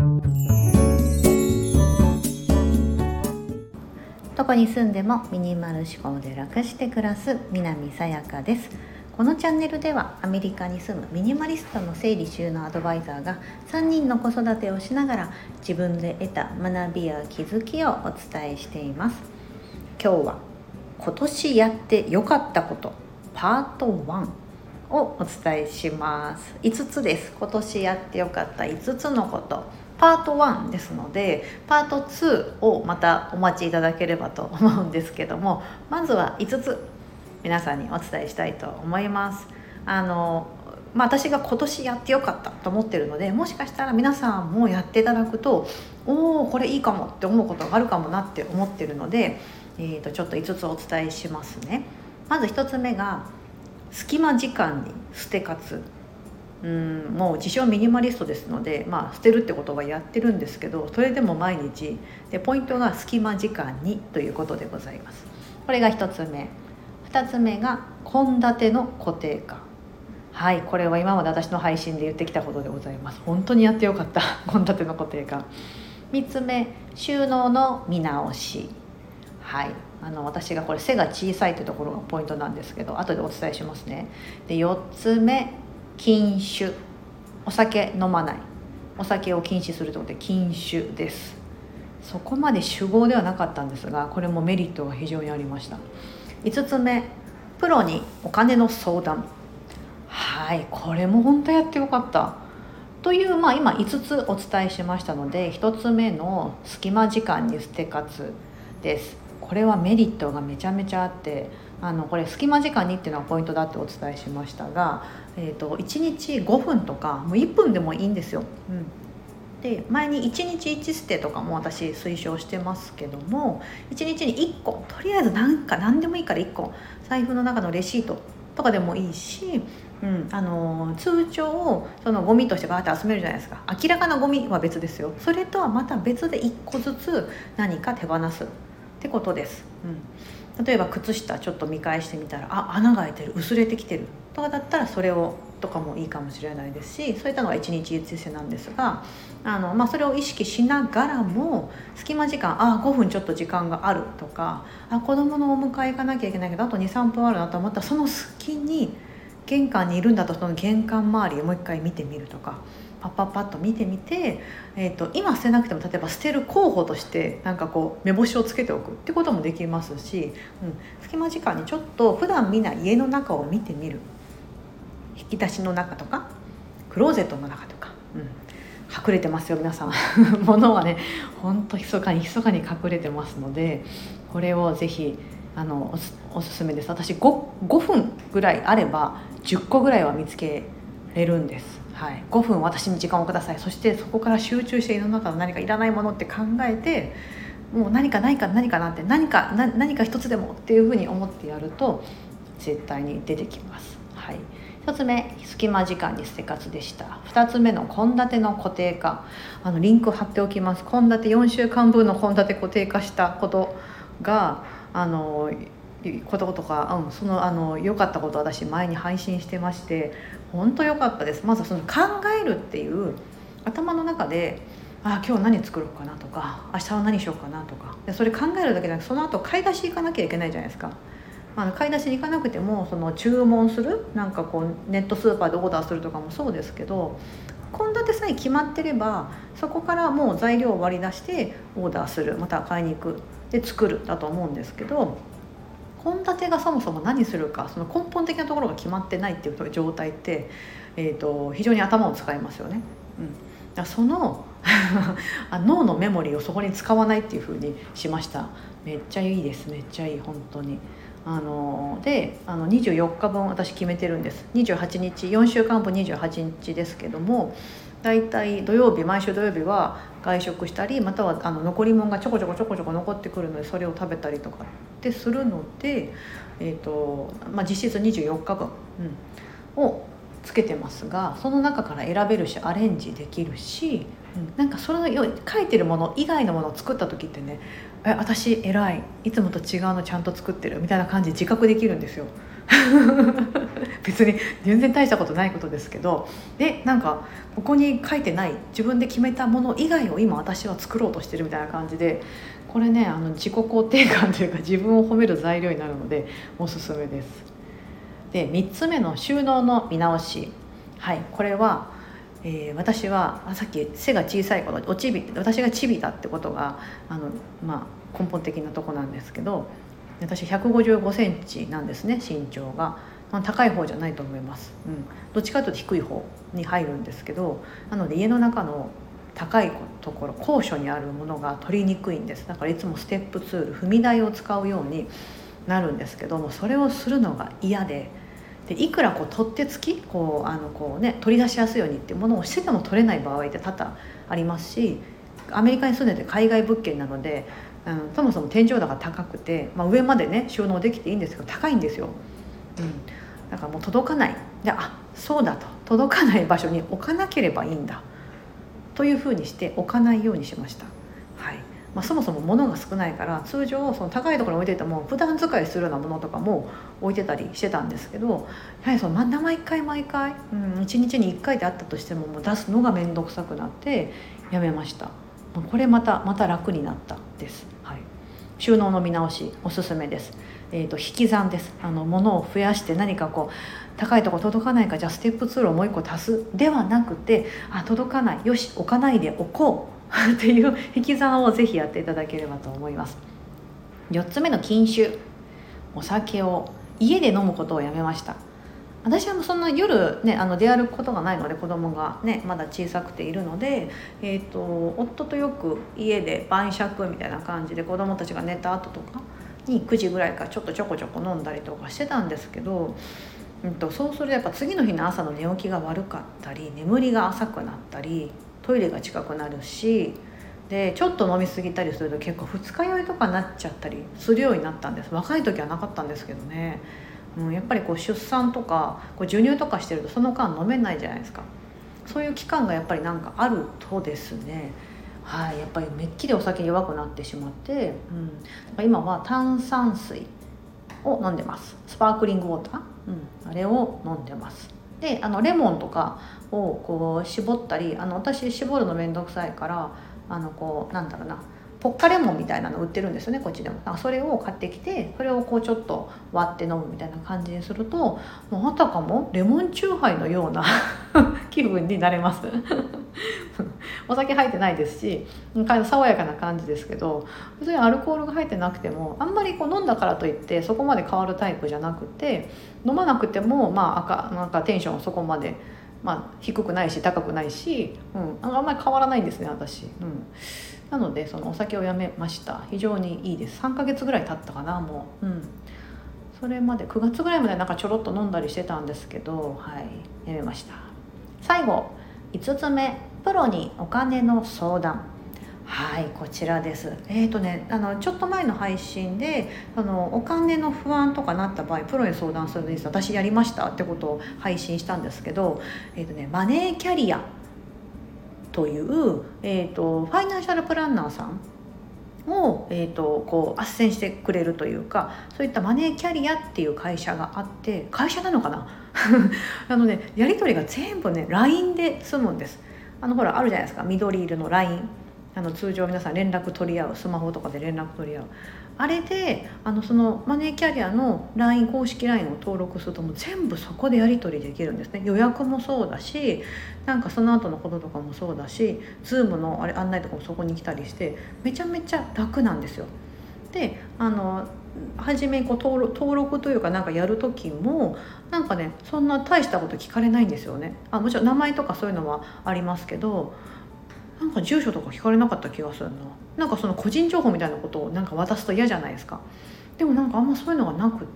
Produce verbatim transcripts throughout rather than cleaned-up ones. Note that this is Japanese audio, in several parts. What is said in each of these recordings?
どこに住んでもミニマル思考で楽して暮らす南さやかです。このチャンネルではアメリカに住むミニマリストの整理収納アドバイザーがさんにんの子育てをしながら自分で得た学びや気づきをお伝えしています。今日は今年やってよかったことパートワンをお伝えします。いつつです。今年やってよかったいつつのことパートワンですので、パートツーをまたお待ちいただければと思うんですけども、まずはいつつ皆さんにお伝えしたいと思います。あの、まあ、私が今年やってよかったと思ってるので、もしかしたら皆さんもやっていただくと、おおこれいいかもって思うことがあるかもなって思ってるので、えー、とちょっといつつお伝えしますね。まずひとつめが隙間時間に捨て活。うんもう自称ミニマリストですので、まあ、捨てるってことはやってるんですけど、それでも毎日で、ポイントが隙間時間にということでございます。これがひとつめ。ふたつめが献立の固定化。はい、これは今まで私の配信で言ってきたことでございます。本当にやってよかった献立の固定化。みっつめ、収納の見直し。はい、あの私がこれ背が小さいというところがポイントなんですけど、後でお伝えしますね。でよっつめ、禁酒。お酒飲まない、お酒を禁止するということで禁酒です。そこまで酒豪ではなかったんですが、これもメリットが非常にありました。いつつめ、プロにお金の相談。はい、これも本当やってよかったという、まあ、今いつつお伝えしましたので、ひとつめの隙間時間に捨て活です。これはメリットがめちゃめちゃあって、あのこれ隙間時間にっていうのがポイントだってお伝えしましたが、えー、といちにちごふんとかもういっぷんでもいいんですよ。うんで前にいちにちいち捨てとかも私推奨してますけども、いちにちにいっこ、とりあえず何か何でもいいからいっこ、財布の中のレシートとかでもいいし、うん、あの通帳そのゴミとしてバーッて集めるじゃないですか。明らかなゴミは別ですよ。それとはまた別でいっこずつ何か手放すってことです。うん、例えば靴下ちょっと見返してみたら、あ穴が開いてる、薄れてきてるとかだったらそれをとかもいいかもしれないですし、そういったのがいちにちいち捨てなんですが、あの、まあ、それを意識しながらも隙間時間、あごふんちょっと時間があるとか、あ子供のお迎え行かなきゃいけないけどあと にさんぷんあるなと思ったら、その隙に玄関にいるんだとその玄関周りをもう一回見てみるとか、パッパッパッと見てみて、えーと、今捨てなくても例えば捨てる候補としてなんかこう目星をつけておくってこともできますし、うん、隙間時間にちょっと普段見ない家の中を見てみる。引き出しの中とかクローゼットの中とか、うん、隠れてますよ皆さん物はね本当密かに密かに隠れてますので、これをぜひあの お, すおすすめです。私 5, 5分ぐらいあればじゅっこぐらいは見つけれるんです。はい、ごふん私に時間をください。そしてそこから集中して家の中の何かいらないものって考えて、もう何かないか何かなって何かな何か一つでもっていうふうに思ってやると絶対に出てきます。はい、ひとつめ、隙間時間に捨て活でした。ふたつめの献立の固定化。あのリンク貼っておきます。献立よんしゅうかんぶんの献立固定化したことがあのこととか、うん、そのあの良かったことを私前に配信してまして、本当良かったです。まずその考えるっていう頭の中で、あ今日何作ろうかなとか、明日は何しようかなとか、でそれ考えるだけじゃなく、その後買い出し行かなきゃいけないじゃないですか。あの買い出しに行かなくてもその注文する、なんかこうネットスーパーでオーダーするとかもそうですけど、献立さえ決まってればそこからもう材料を割り出してオーダーする、または買いに行くで作るだと思うんですけど、献立がそもそも何するか、その根本的なところが決まってないっていう状態って、えーと、非常に頭を使いますよね。うん、だからその脳のメモリーをそこに使わないっていう風にしました。めっちゃいいです。めっちゃいい本当に。あのであのにじゅうよっかぶん私決めてるんです。にじゅうはちにちよんしゅうかんぶんにじゅうはちにちですけども、だいたい土曜日毎週土曜日は外食したり、またはあの残り物がちょこちょこちょこちょこ残ってくるのでそれを食べたりとかってするので、えーとまあ、実質にじゅうよっかぶん、うん、をつけてますが、その中から選べるしアレンジできるし、うん、なんかその書いてるもの以外のものを作った時ってね、え私偉い、いつもと違うのちゃんと作ってるみたいな感じで自覚できるんですよ。 別に全然大したことないことですけど、でなんかここに書いてない自分で決めたもの以外を今私は作ろうとしてるみたいな感じで、これねあの自己肯定感というか自分を褒める材料になるのでおすすめです。でみっつめの収納の見直し、はい、これは、えー、私はさっき背が小さい頃おちび私がチビだってことがあの、まあ、根本的なとこなんですけど、私ひゃくごじゅうごセンチなんですね、身長が。高い方じゃないと思います、うん、どっちかというと低い方に入るんですけど、なので家の中の高いところ高所にあるものが取りにくいんです。だからいつもステップツール踏み台を使うようになるんですけども、それをするのが嫌で、でいくらこう取っ手付きこうあのこう、ね、取り出しやすいようにっていうものをしてても取れない場合って多々ありますし、アメリカに住んでて海外物件なので、うん、そもそも天井高が高くて、まあ、上までね収納できていいんですけど高いんですよ、うん、だからもう届かない。であそうだと、届かない場所に置かなければいいんだというふうにして置かないようにしました。はいまあ、そもそも物が少ないから通常その高いところに置いていても普段使いするようなものとかも置いてたりしてたんですけど、やはりその毎回毎回、うん、いちにちにいっかいであったとしてももう出すのが面倒くさくなってやめました。これまたまた楽になったです。はい、収納の見直しおすすめです。えーと、引き算です。あの物を増やして何かこう高いところ届かないかじゃあステップツールをもう一個足すではなくて、あ届かないよし置かないでおこうっていう引き算をぜひやっていただければと思います。よっつめの禁酒、お酒を家で飲むことをやめました。私はもうそんな夜、ね、あの出歩くことがないので、子供が、ね、まだ小さくているので、えーと、夫とよく家で晩酌みたいな感じで子供たちが寝た後とかにくじぐらいからちょっとちょこちょこ飲んだりとかしてたんですけど、うんと、そうするとやっぱ次の日の朝の寝起きが悪かったり眠りが浅くなったりトイレが近くなるし、でちょっと飲み過ぎたりすると結構二日酔いとかになっちゃったりするようになったんです。若い時はなかったんですけどね。うん、やっぱりこう出産とかこう授乳とかしてるとその間飲めないじゃないですか。そういう期間がやっぱりなんかあるとですね、はい、やっぱりめっきりお酒弱くなってしまって、うん、今は炭酸水を飲んでます。スパークリングウォーター、うん、あれを飲んでます。であのレモンとかをこう絞ったり、あの私絞るのめんどくさいからあのこうなんだろうなポッカレモンみたいなの売ってるんですよね、こっちでも。それを買ってきてそれをこうちょっと割って飲むみたいな感じにすると、もうあたかもレモンチューハイのような気分になれますお酒入ってないですし爽やかな感じですけど、別にアルコールが入ってなくてもあんまりこう飲んだからといってそこまで変わるタイプじゃなくて、飲まなくてもまあ赤なんかテンションそこまで、まあ、低くないし高くないし、うん、あんまり変わらないんですね私、うん、なのでそのお酒をやめました。非常にいいです。さんかげつぐらい経ったかなもう、うん、それまでくがつぐらいまでなんかちょろっと飲んだりしてたんですけど、はい、やめました。最後いつつめ、プロにお金の相談。はい、こちらです。えーとね、あのちょっと前の配信であのお金の不安とかなった場合プロに相談するのに私やりましたってことを配信したんですけど、えーとね、マネーキャリアという、えーと、ファイナンシャルプランナーさんを、えーと、こう斡旋してくれるというか、そういったマネーキャリアっていう会社があって、会社なのかなあのねやり取りが全部ね ライン で済むんです。あのほらあるじゃないですか、緑色の ライン、あの通常皆さん連絡取り合う、スマホとかで連絡取り合うあれで、あのそのマネーキャリアの ライン 公式 ライン を登録するともう全部そこでやり取りできるんですね。予約もそうだし、なんかその後のこととかもそうだし、 Zoom のあれ案内とかもそこに来たりしてめちゃめちゃ楽なんですよ。であの初めこう登録、登録というかなんかやる時もなんかねそんな大したこと聞かれないんですよね。あもちろん名前とかそういうのはありますけど、なんか住所とか聞かれなかった気がするな。なんかその個人情報みたいなことをなんか渡すと嫌じゃないですか。でもなんかあんまそういうのがなくって、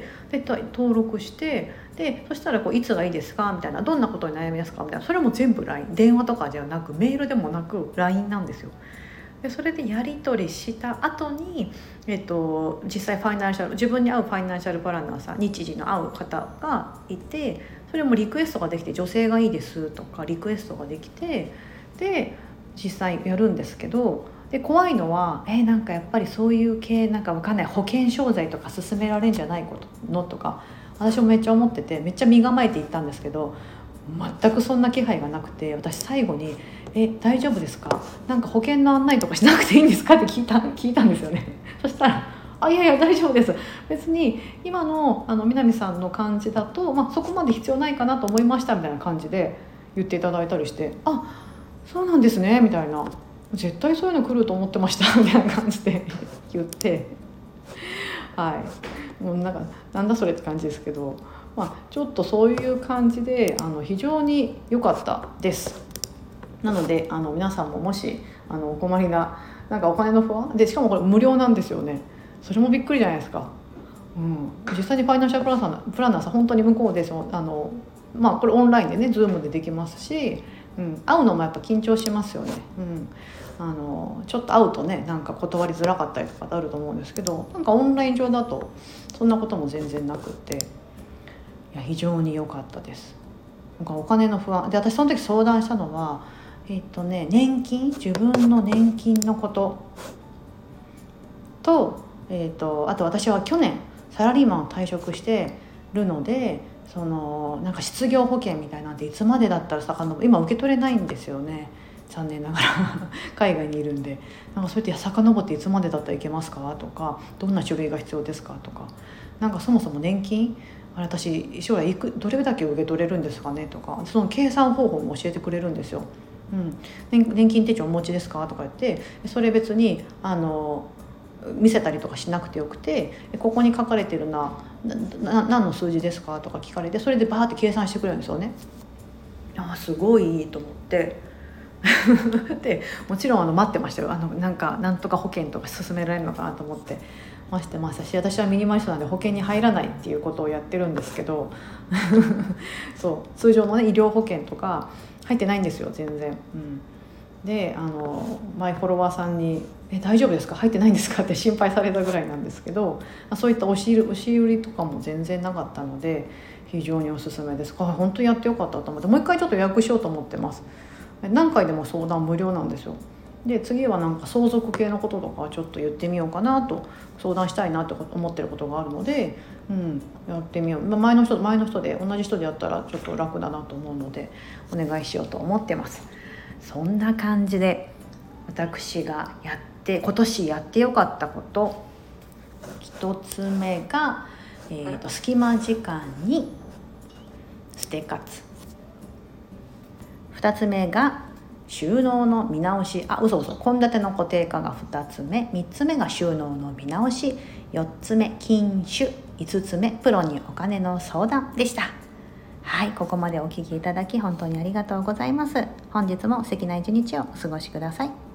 で登録して、でそしたらこういつがいいですかみたいな、どんなことに悩みますかみたいな、それも全部 ライン、 電話とかではなくメールでもなく ライン なんですよ。でそれでやり取りした後に、えっと、実際ファイナンシャル自分に合うファイナンシャルプランナーさん、日時の合う方がいて、それもリクエストができて、女性がいいですとかリクエストができて、で実際やるんですけど、で怖いのはえー、なんかやっぱりそういう系なんかわかんない保険商材とか勧められるんじゃないのとか、 私もめっちゃ思ってて、めっちゃ身構えていったんですけど、全くそんな気配がなくて、私最後に「え大丈夫ですか？なんか保険の案内とかしなくていいんですか?」って聞いた聞いたんですよね。そしたら「あいやいや大丈夫です、別に今のあの南さんの感じだと、まあ、そこまで必要ないかなと思いました」みたいな感じで言っていただいたりして「あそうなんですね」みたいな「絶対そういうの来ると思ってました」みたいな感じで言って、はいもうなんかなんだそれって感じですけど、まあ、ちょっとそういう感じであの非常に良かったです。なのであの皆さんももしあのお困りな、なんかお金の不安で、しかもこれ無料なんですよね。それもびっくりじゃないですか。うん、実際にファイナンシャルプランナープランナーさん本当に向こうでそのあの、まあ、これオンラインでね Zoom でできますし、うん、会うのもやっぱ緊張しますよね。うん、あのちょっと会うとねなんか断りづらかったりとかあると思うんですけど、なんかオンライン上だとそんなことも全然なくって、いや非常に良かったです。なんかお金の不安で、私その時相談したのはえっとね年金、自分の年金のことと、えっとあと私は去年サラリーマンを退職してるので、そのなんか失業保険みたいなんていつまでだったら遡る今受け取れないんですよね、残念ながら海外にいるんで。なんかそうやって遡っていつまでだったらいけますかとか、どんな書類が必要ですかとか、なんかそもそも年金あれ私将来いくどれだけ受け取れるんですかねとか、その計算方法も教えてくれるんですよ。うん、年, 年金手帳お持ちですかとか言って、それ別にあの見せたりとかしなくてよくて、ここに書かれてるなな何の数字ですかとか聞かれて、それでバーって計算してくれるんですよね。あすごいいいと思ってでもちろんあの待ってましたよ。あのなんかなんとか保険とか勧められるのかなと思って待ってましたし、私はミニマリストなんで保険に入らないっていうことをやってるんですけどそう通常の、ね、医療保険とか入ってないんですよ全然。うんであの前フォロワーさんに「え大丈夫ですか？入ってないんですか？」って心配されたぐらいなんですけど、そういった押し押し売りとかも全然なかったので非常におすすめです。あ本当にやってよかったと思って、もう一回ちょっと予約しようと思ってます。何回でも相談無料なんですよ。で次はなんか相続系のこととかちょっと言ってみようかなと、相談したいなと思ってることがあるので、うん、やってみよう。前の人前の人で同じ人でやったらちょっと楽だなと思うのでお願いしようと思ってます。そんな感じで私がやって今年やってよかったこと、一つ目が、えーと、隙間時間にステ活。二つ目が収納の見直し、あ嘘嘘献立の固定化がふたつめ、みっつめが収納の見直し、よっつめ禁酒、いつつめプロにお金の相談でした。はい、ここまでお聞きいただき本当にありがとうございます。本日も素敵な一日をお過ごしください。